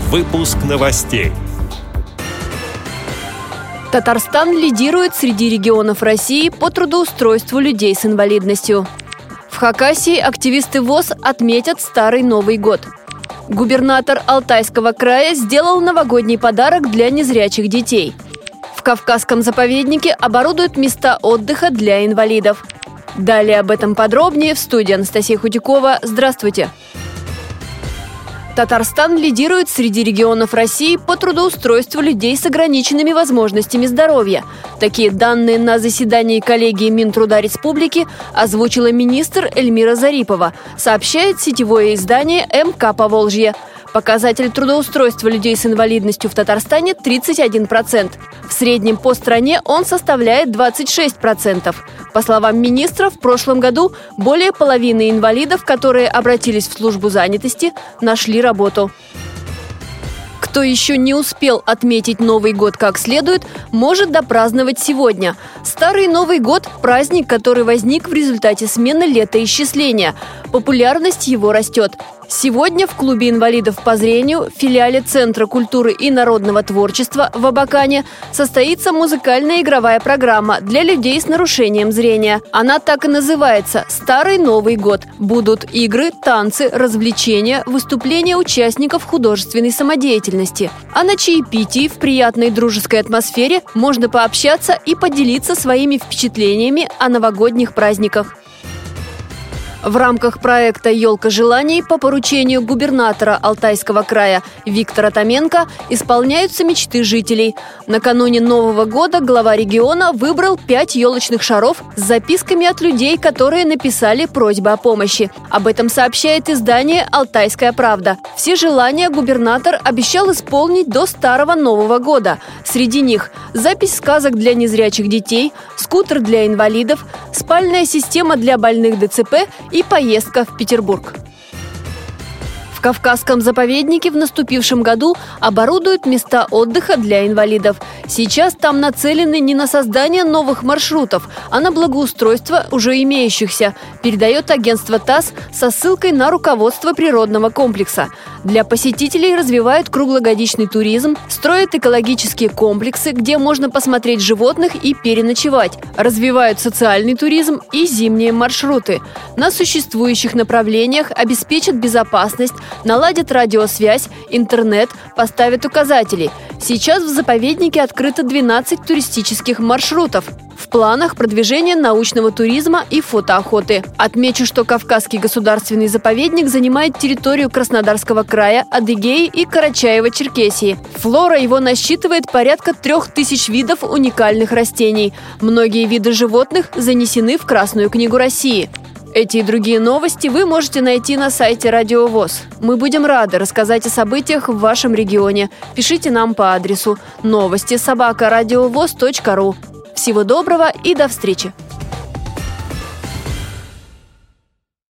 Выпуск новостей. Татарстан лидирует среди регионов России по трудоустройству людей с инвалидностью. В Хакасии активисты ВОС отметят Старый Новый год. Губернатор Алтайского края сделал новогодний подарок для незрячих детей. В Кавказском заповеднике оборудуют места отдыха для инвалидов. Далее об этом подробнее в студии Анастасия Худякова. Здравствуйте! Татарстан лидирует среди регионов России по трудоустройству людей с ограниченными возможностями здоровья. Такие данные на заседании коллегии Минтруда Республики озвучила министр Эльмира Зарипова, сообщает сетевое издание МК Поволжье. Показатель трудоустройства людей с инвалидностью в Татарстане 31%. В среднем по стране он составляет 26%. По словам министра, в прошлом году более половины инвалидов, которые обратились в службу занятости, нашли работу. Кто еще не успел отметить Новый год как следует, может допраздновать сегодня. Старый Новый год – праздник, который возник в результате смены летоисчисления. Популярность его растет. Сегодня в клубе инвалидов по зрению, филиале Центра культуры и народного творчества в Абакане, состоится музыкальная игровая программа для людей с нарушением зрения. Она так и называется «Старый Новый год». Будут игры, танцы, развлечения, выступления участников художественной самодеятельности. А на чаепитии в приятной дружеской атмосфере можно пообщаться и поделиться своими впечатлениями о новогодних праздниках. В рамках проекта «Елка желаний» по поручению губернатора Алтайского края Виктора Томенко исполняются мечты жителей. Накануне Нового года глава региона выбрал 5 елочных шаров с записками от людей, которые написали просьбы о помощи. Об этом сообщает издание «Алтайская правда». Все желания губернатор обещал исполнить до Старого Нового года. Среди них запись сказок для незрячих детей, скутер для инвалидов, спальная система для больных ДЦП и поездка в Петербург. В Кавказском заповеднике в наступившем году оборудуют места отдыха для инвалидов. Сейчас там нацелены не на создание новых маршрутов, а на благоустройство уже имеющихся, передает агентство ТАСС со ссылкой на руководство природного комплекса. Для посетителей развивают круглогодичный туризм, строят экологические комплексы, где можно посмотреть животных и переночевать, развивают социальный туризм и зимние маршруты. На существующих направлениях обеспечат безопасность, наладят радиосвязь, интернет, поставят указатели. Сейчас в заповеднике открыто 12 туристических маршрутов. В планах продвижение научного туризма и фотоохоты. Отмечу, что Кавказский государственный заповедник занимает территорию Краснодарского края, Адыгеи и Карачаево-Черкесии. Флора его насчитывает порядка 3000 видов уникальных растений. Многие виды животных занесены в Красную книгу России. Эти и другие новости вы можете найти на сайте Радио ВОС. Мы будем рады рассказать о событиях в вашем регионе. Пишите нам по адресу новости@радиовос.ру. Всего доброго и до встречи!